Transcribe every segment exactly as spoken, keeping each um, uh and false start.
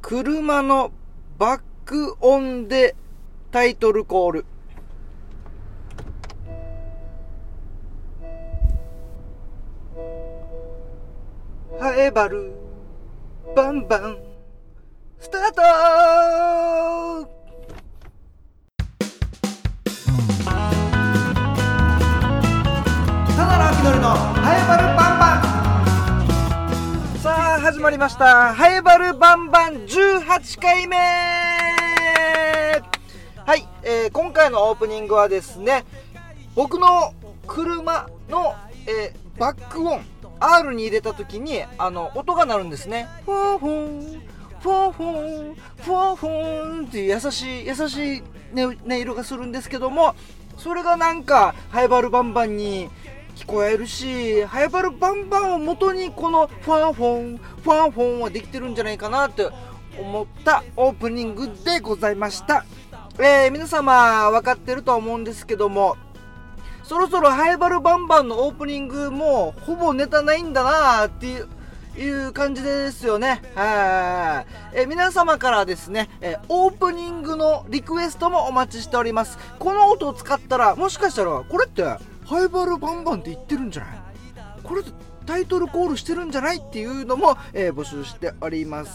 車のバック音でタイトルコール。ハエバルバンバンスタート。ただのあきのりのハエバルバンバン。さあ始まりました、ハエバルバンバンじゅうはちかいめ。はい、えー、今回のオープニングはですね、僕の車の、えー、バック音 アール に入れた時にあの音が鳴るんですね。フォーフォンフォーフォンフォーフォンっていう優しい優しい音色がするんですけども、それがなんかハエバルバンバンに聞こえるし、ハエバルバンバンを元にこのファーフォンファーフォンはできてるんじゃないかなって思ったオープニングでございました。えー、皆様分かってるとは思うんですけども、そろそろハエバルバンバンのオープニングもほぼネタないんだなーっていういう感じですよね。はい、えー、皆様からですね、えー、オープニングのリクエストもお待ちしております。この音を使ったらもしかしたらこれってハエバルバンバンって言ってるんじゃない、これタイトルコールしてるんじゃないっていうのも、えー、募集しております。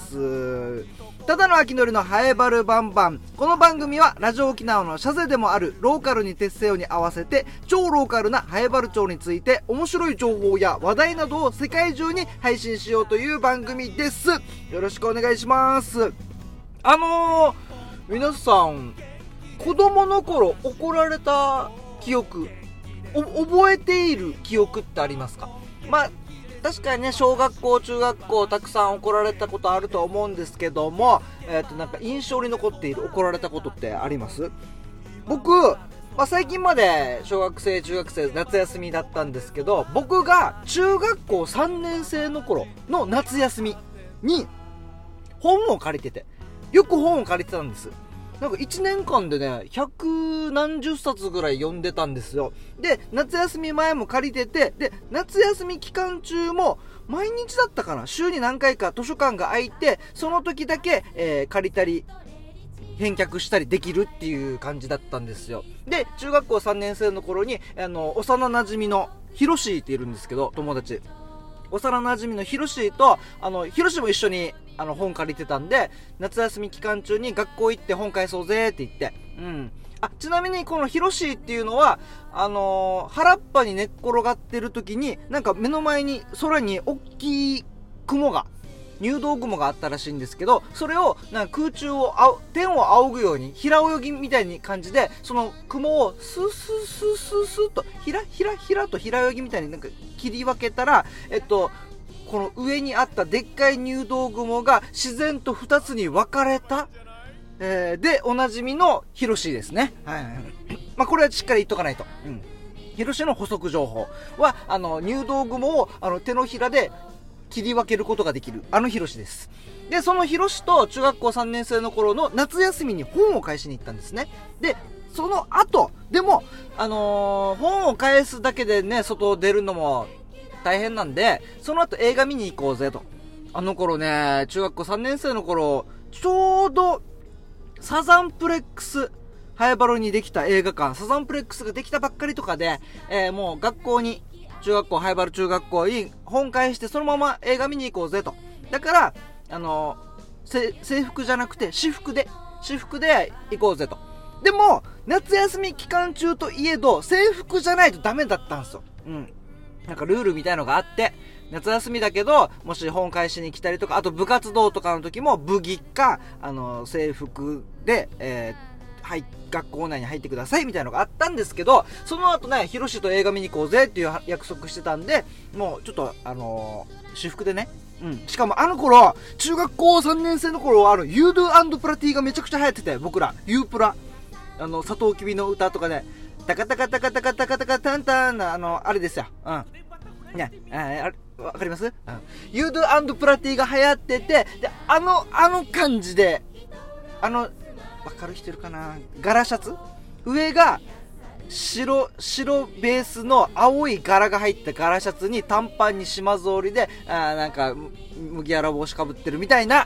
ただのあきのりのハエバルバンバン。この番組はラジオ沖縄のシャゼでもあるローカルに徹せよに合わせて超ローカルなハエバル町について面白い情報や話題などを世界中に配信しようという番組です。よろしくお願いします。あのー、皆さん子供の頃怒られた記憶、お覚えている記憶ってありますか？まあ確かにね、小学校中学校たくさん怒られたことあると思うんですけども、えっとなんか印象に残っている怒られたことってあります？僕、まあ、最近まで小学生中学生夏休みだったんですけど、僕が中学校さんねん生の頃の夏休みに本を借りてて、よく本を借りてたんです。なんかいちねんかんでね、百何十冊ぐらい読んでたんですよ。で、夏休み前も借りてて、で、夏休み期間中も毎日だったかな、週に何回か図書館が空いて、その時だけ、えー、借りたり返却したりできるっていう感じだったんですよ。で、中学校さんねん生の頃にあの幼馴染のヒロシーっているんですけど、友達、幼馴染のヒロシーとあのヒロシーも一緒にあの本借りてたんで、夏休み期間中に学校行って本返そうぜって言って、うん。あ、ちなみにこのヒロシーっていうのはあのー、原っぱに寝っ転がってる時になんか目の前に空に大きい雲が、入道雲があったらしいんですけど、それをなんか空中をあ天を仰ぐように平泳ぎみたいに感じで、その雲をスースースースースーとひらひらひらと平泳ぎみたいになんか切り分けたら、えっとこの上にあったでっかい入道雲が自然とふたつに分かれた、えー、でおなじみのヒロシですね。はい、まあこれはしっかり言っとかないと。うん、ヒロシの補足情報はあの入道雲をあの手のひらで切り分けることができるあのヒロシです。で、そのヒロシと中学校さんねん生の頃の夏休みに本を返しに行ったんですね。で、その後でもあのー、本を返すだけでね、外出るのも大変なんで、その後映画見に行こうぜと。あの頃ね、中学校さんねん生の頃、ちょうどサザンプレックス、ハエバルにできた映画館、サザンプレックスができたばっかりとかで、えー、もう学校に、中学校、ハエバル中学校に本返してそのまま映画見に行こうぜと。だから、あのー、制服じゃなくて私服で、私服で行こうぜと。でも、夏休み期間中といえど、制服じゃないとダメだったんですよ。うん。なんかルールみたいのがあって、夏休みだけどもし本返しに来たりとか、あと部活動とかの時も部着かあの制服で、えー、はい、学校内に入ってくださいみたいなのがあったんですけど、その後ね、ヒロシと映画見に行こうぜっていう約束してたんで、もうちょっとあのー、私服でね、うん、しかもあの頃中学校さんねん生の頃はあのユードゥ&プラティがめちゃくちゃ流行ってて、僕らユープラ、あのサトウキビの歌とかね、タカタカタカタカタカタカタンタンなあのあれですよ。うん。ね、あれわかります？うん。ユードゥ&プラティが流行ってて、であのあの感じで、あのわかる人いるかな？柄シャツ？上が白白ベースの青い柄が入った柄シャツに短パンに島ぞうりで、あなんか麦わら帽子かぶってるみたいな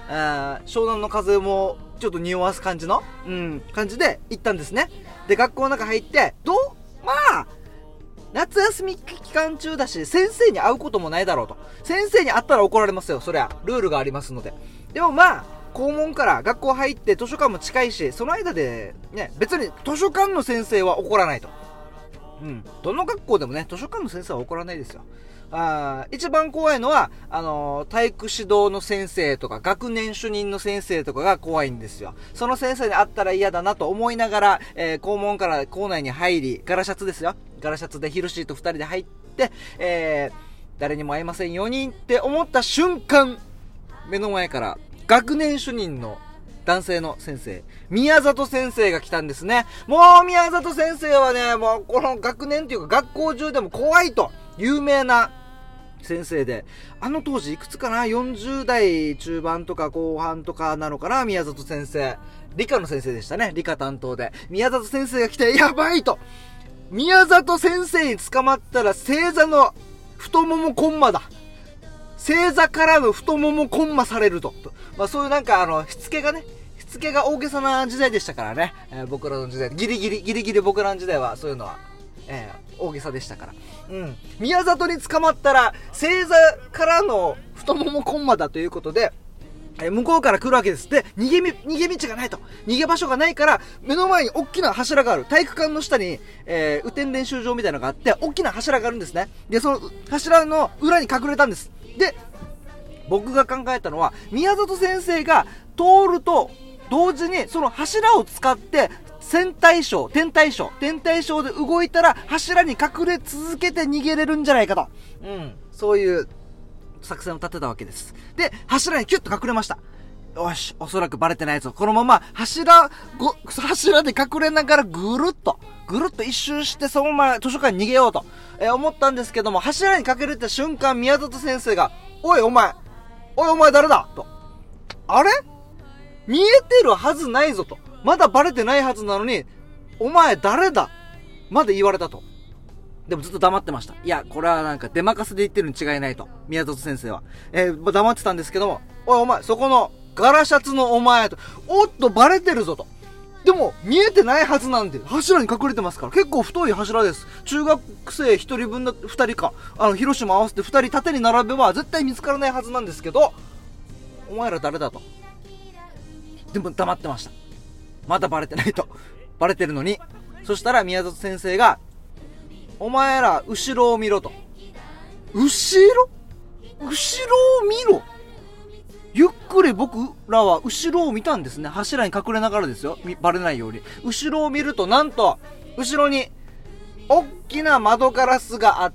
あ湘南の風もちょっと匂わす感じの、うん、感じで行ったんですね。で、学校の中入って、どうまあ、夏休み期間中だし、先生に会うこともないだろうと。先生に会ったら怒られますよ、そりゃ。ルールがありますので。でもまあ、校門から学校入って図書館も近いし、その間で、ね、別に図書館の先生は怒らないと。うん。どの学校でもね、図書館の先生は怒らないですよ。あ一番怖いのは、あのー、体育指導の先生とか、学年主任の先生とかが怖いんですよ。その先生に会ったら嫌だなと思いながら、えー、校門から校内に入り、ガラシャツですよ。ガラシャツでヒロシーと二人で入って、えー、誰にも会いませんようにって思った瞬間、目の前から学年主任の男性の先生、宮里先生が来たんですね。もう宮里先生はね、もうこの学年っていうか学校中でも怖いと有名な先生で、あの当時いくつかな、よんじゅう代中盤とか後半とかなのかな、宮里先生。理科の先生でしたね、理科担当で。宮里先生が来て、やばいと。宮里先生に捕まったら正座の太ももコンマだ。正座からの太ももコンマされると。まあそういうなんかあの、しつけがね、しつけが大げさな時代でしたからね。えー、僕らの時代、ギリギリ、ギリギリ僕らの時代はそういうのは、えー、大げさでしたから。うん。宮里に捕まったら、正座からの太ももコンマだということで、えー、向こうから来るわけです。で、逃げみ、逃げ道がないと。逃げ場所がないから、目の前に大きな柱がある。体育館の下に、えー、雨天練習場みたいなのがあって、大きな柱があるんですね。で、その柱の裏に隠れたんです。で、僕が考えたのは、宮里先生が通ると同時にその柱を使って線対称、点対称、点対称で動いたら柱に隠れ続けて逃げれるんじゃないかと。うん。そういう作戦を立てたわけです。で、柱にキュッと隠れました。よし、おそらくバレてないぞ。このまま柱、ご、柱で隠れながらぐるっと、ぐるっと一周してそのまま図書館に逃げようと、えー、思ったんですけども、柱に隠れた瞬間、宮里先生が、おいお前、おいお前誰だと。あれ見えてるはずないぞと。まだバレてないはずなのに、お前誰だまで言われたと。でもずっと黙ってました。いや、これはなんか出任せで言ってるに違いないと。宮里先生は。えー、黙ってたんですけども、おいお前、そこのガラシャツのお前と、おっとバレてるぞと。でも、見えてないはずなんで、柱に隠れてますから、結構太い柱です。中学生一人分だ、二人か。あの、広島合わせて二人縦に並べば絶対見つからないはずなんですけど、お前ら誰だと。でも黙ってました。まだバレてないと。バレてるのに。そしたら宮里先生が、お前ら後ろを見ろと。後ろ後ろを見ろ。ゆっくり僕らは後ろを見たんですね。柱に隠れながらですよ。バレないように。後ろを見ると、なんと、後ろに、大きな窓ガラスがあって、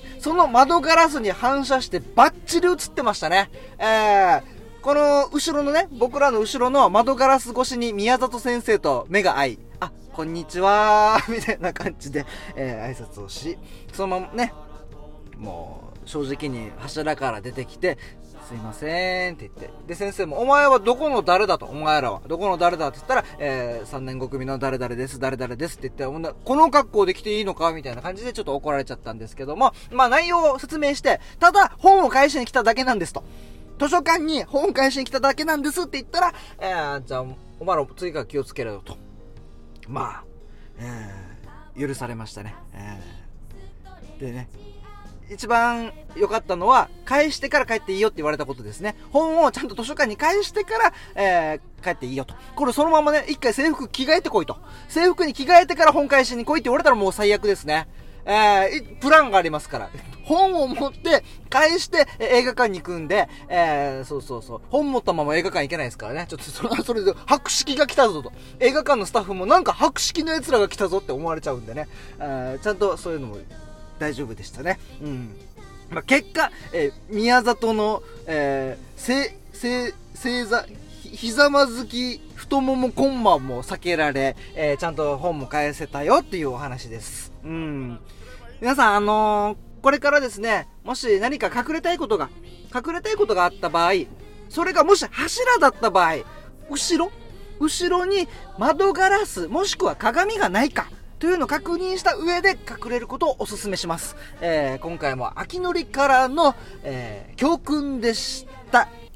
その窓ガラスに反射してバッチリ映ってましたね。えー、この後ろのね、僕らの後ろの窓ガラス越しに宮里先生と目が合い、あ、こんにちはー、みたいな感じで、えー、挨拶をし、そのままね、もう、正直に柱から出てきて、すいませんって言って。で、先生も、お前はどこの誰だと。お前らは。どこの誰だって言ったら、えー、さんねんご組の誰々です、誰々ですって言って、この格好で来ていいのかみたいな感じでちょっと怒られちゃったんですけども、まあ内容を説明して、ただ本を返しに来ただけなんですと。図書館に本を返しに来ただけなんですって言ったら、えー、じゃあ、お前ら次から気をつけろよと。まあ、えー、許されましたね。えー、でね、一番良かったのは、返してから帰っていいよって言われたことですね。本をちゃんと図書館に返してから、えー、帰っていいよと。これそのままね、一回制服着替えてこいと。制服に着替えてから本返しに来いって言われたらもう最悪ですね。えー、プランがありますから。本を持って返して映画館に行くんで、えー、そうそうそう。本持ったまま映画館行けないですからね。ちょっとそれはそれで博識が来たぞと。映画館のスタッフもなんか博識の奴らが来たぞって思われちゃうんでね。えー、ちゃんとそういうのも大丈夫でしたね。うん。まあ、結果、えー、宮里の、えー、せ、せ、正座、ひざまずき、太ももコンマも避けられ、えー、ちゃんと本も返せたよっていうお話です。うん。皆さん、あのー、これからですね、もし何か隠れたいことが、隠れたいことがあった場合、それがもし柱だった場合、後ろ後ろに窓ガラス、もしくは鏡がないか、というのを確認した上で隠れることをお勧めします。えー、今回も秋のりからの、えー、教訓でした。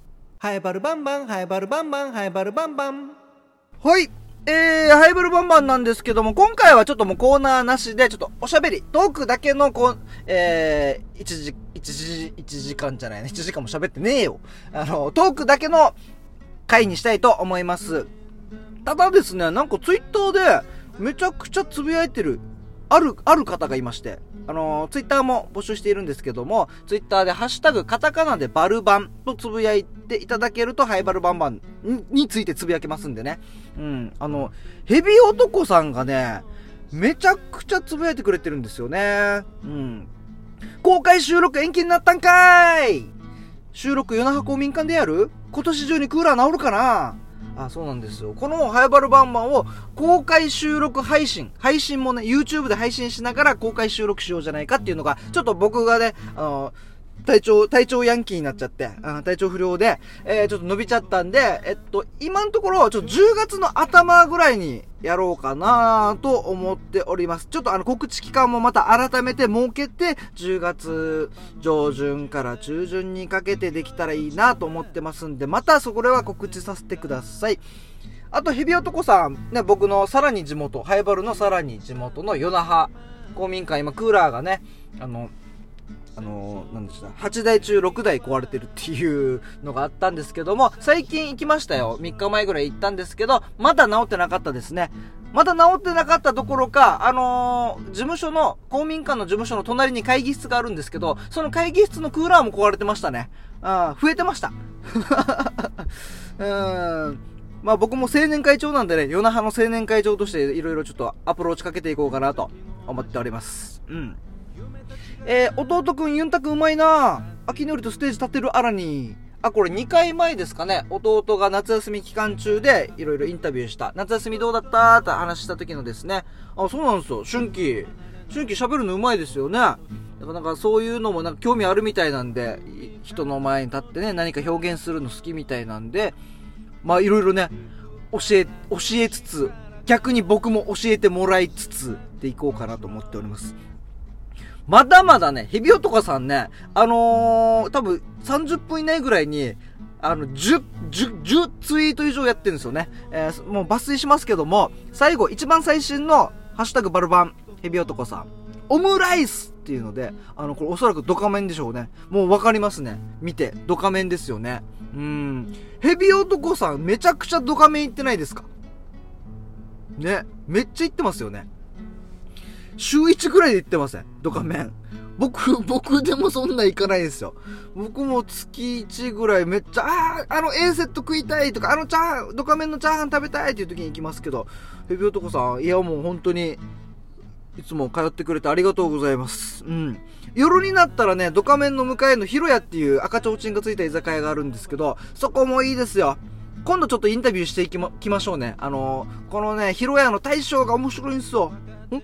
ハエバルバンバン、ハエバルバンバン、ハエバルバンバン。 はい。えー、ハイバルバンバンなんですけども、今回はちょっともうコーナーなしで、ちょっとおしゃべり、トークだけのこう、えー、一時、一時、一時間じゃないね。一時間も喋ってねえよ。あの、トークだけの回にしたいと思います。ただですね、なんかツイッターでめちゃくちゃつぶやいてる、ある、ある方がいまして、あのー、ツイッターも募集しているんですけども、ツイッターでハッシュタグカタカナでバルバンとつぶやいていただけると、ハイバルバンバンについてつぶやけますんでね。うん、あの、ヘビ男さんがね、めちゃくちゃつぶやいてくれてるんですよね。うん。公開収録延期になったんかーい。収録与那覇公民館でやる？今年中にクーラー治るかな？あ、そうなんですよ。このハイバルバンバンを公開収録配信、配信もね、YouTube で配信しながら公開収録しようじゃないかっていうのが、ちょっと僕がね、あの、体調、体調ヤンキーになっちゃって、あ体調不良で、えー、ちょっと伸びちゃったんで、えっと、今のところ、ちょっとじゅうがつの頭ぐらいにやろうかなと思っております。ちょっとあの、告知期間もまた改めて設けて、じゅうがつ上旬から中旬にかけてできたらいいなと思ってますんで、またそこでは告知させてください。あと、ヘビ男さん、ね、僕のさらに地元、ハイバルのさらに地元の与那覇公民館、今クーラーがね、あの、あのー、なんでした、はちだい中ろくだい壊れてるっていうのがあったんですけども、最近行きましたよ。みっかまえぐらい行ったんですけど、まだ治ってなかったですね。まだ治ってなかったどころか、あのー、事務所の、公民館の事務所の隣に会議室があるんですけど、その会議室のクーラーも壊れてましたね。あ増えてました。うーん。まあ僕も青年会長なんでね、与那覇の青年会長としていろいろちょっとアプローチかけていこうかなと思っております。うん。えー、弟くんユンタくんうまいな。秋のりとステージ立ってるあらに。あ、これにかいまえですかね。弟が夏休み期間中でいろいろインタビューした。夏休みどうだったって話した時のですね。あ、そうなんですよ。春季。春季喋るのうまいですよね。だからなんかそういうのもなんか興味あるみたいなんで、人の前に立ってね、何か表現するの好きみたいなんで、まあいろいろね、教え、教えつつ、逆に僕も教えてもらいつつでいこうかなと思っております。まだまだね、ヘビ男さんね、あのー、多分さんじゅっぷん以内ぐらいに、あの、じゅう、じゅう、じゅうツイート以上やってるんですよね。えー、もう抜粋しますけども、最後、一番最新の、ハッシュタグバルバン、ヘビ男さん、オムライスっていうので、あの、これおそらくドカメンでしょうね。もうわかりますね。見て、ドカメンですよね。うーん。ヘビ男さん、めちゃくちゃドカメン行ってないですか？ね。めっちゃ行ってますよね。週いちぐらいで行ってません？ドカメン。僕、僕でもそんな行かないですよ。僕も月いちぐらいめっちゃ、あー、あの A セット食いたいとか、あのチャーハン、ドカメンのチャーハン食べたいっていう時に行きますけど、ヘビ男さん、いやもう本当に、いつも通ってくれてありがとうございます。うん。夜になったらね、ドカメンの向かいのヒロヤっていう赤ちょうちんがついた居酒屋があるんですけど、そこもいいですよ。今度ちょっとインタビューしていきま、きましょうね。あのー、このね、ヒロヤの大将が面白いんですよ。んんんんんんんん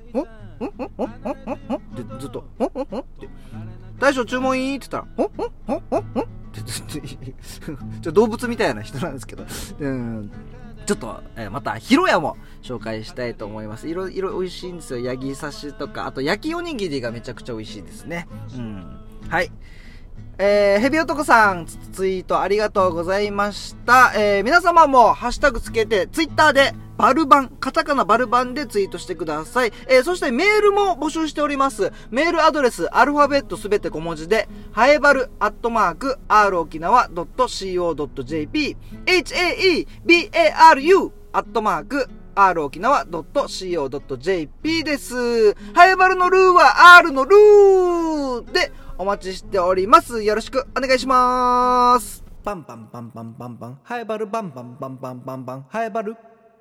ってずっと、んんんんって。大将注文いいって言ったら、んんんんんってずっと、ちょっと動物みたいな人なんですけど、うん。ちょっと、えー、また、ヒロヤも紹介したいと思います。いろいろ美味しいんですよ。ヤギ刺しとか、あと焼きおにぎりがめちゃくちゃ美味しいですね。うん。はい。えー、ヘビ男さん、ツイートありがとうございました。えー、皆様もハッシュタグつけて、ツイッターで、バルバン、カタカナバルバンでツイートしてください。えー、そしてメールも募集しております。メールアドレス、アルファベットすべて小文字で、ハエバルアットマーク、r 沖縄 .co.jp、haebaru アットマーク、r 沖縄 .co.jp です。ハエバルのルーは R のルーでお待ちしております。よろしくお願いします。 パンパンパンパンパンパン、ハエバルバンバンバンバンバンバン、ハエバル。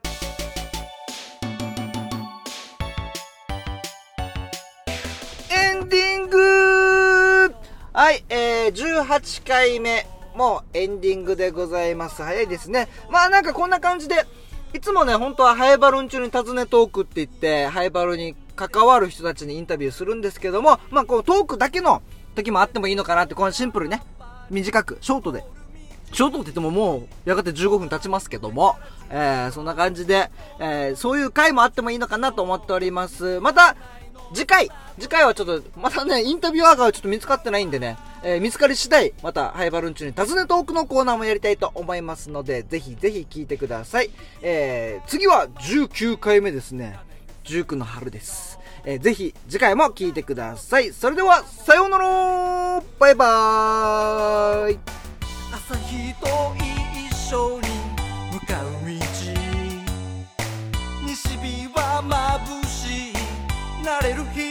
エンディング。はい、えー、じゅうはちかいめ、もうエンディングでございます。早いですね。まあなんかこんな感じで、いつもね、本当はハエバルン中に尋ねトークって言って、ハエバルに関わる人たちにインタビューするんですけども、まあこうトークだけの時もあってもいいのかなって、このシンプルにね、短く、ショートでちょっとって言ってももうやがてじゅうごふん経ちますけども、えー、そんな感じで、えー、そういう回もあってもいいのかなと思っております。また次回次回はちょっとまたねインタビュアーがちょっと見つかってないんでね、えー、見つかり次第またハイバルンチュに尋ねトークのコーナーもやりたいと思いますので、ぜひぜひ聞いてください。えー、次はじゅうきゅうかいめですね。じゅうきゅうの春です。えー、ぜひ次回も聞いてください。それではさようなら、バイバーイ。 朝日と一緒に向かう道、西日は眩しい慣れる日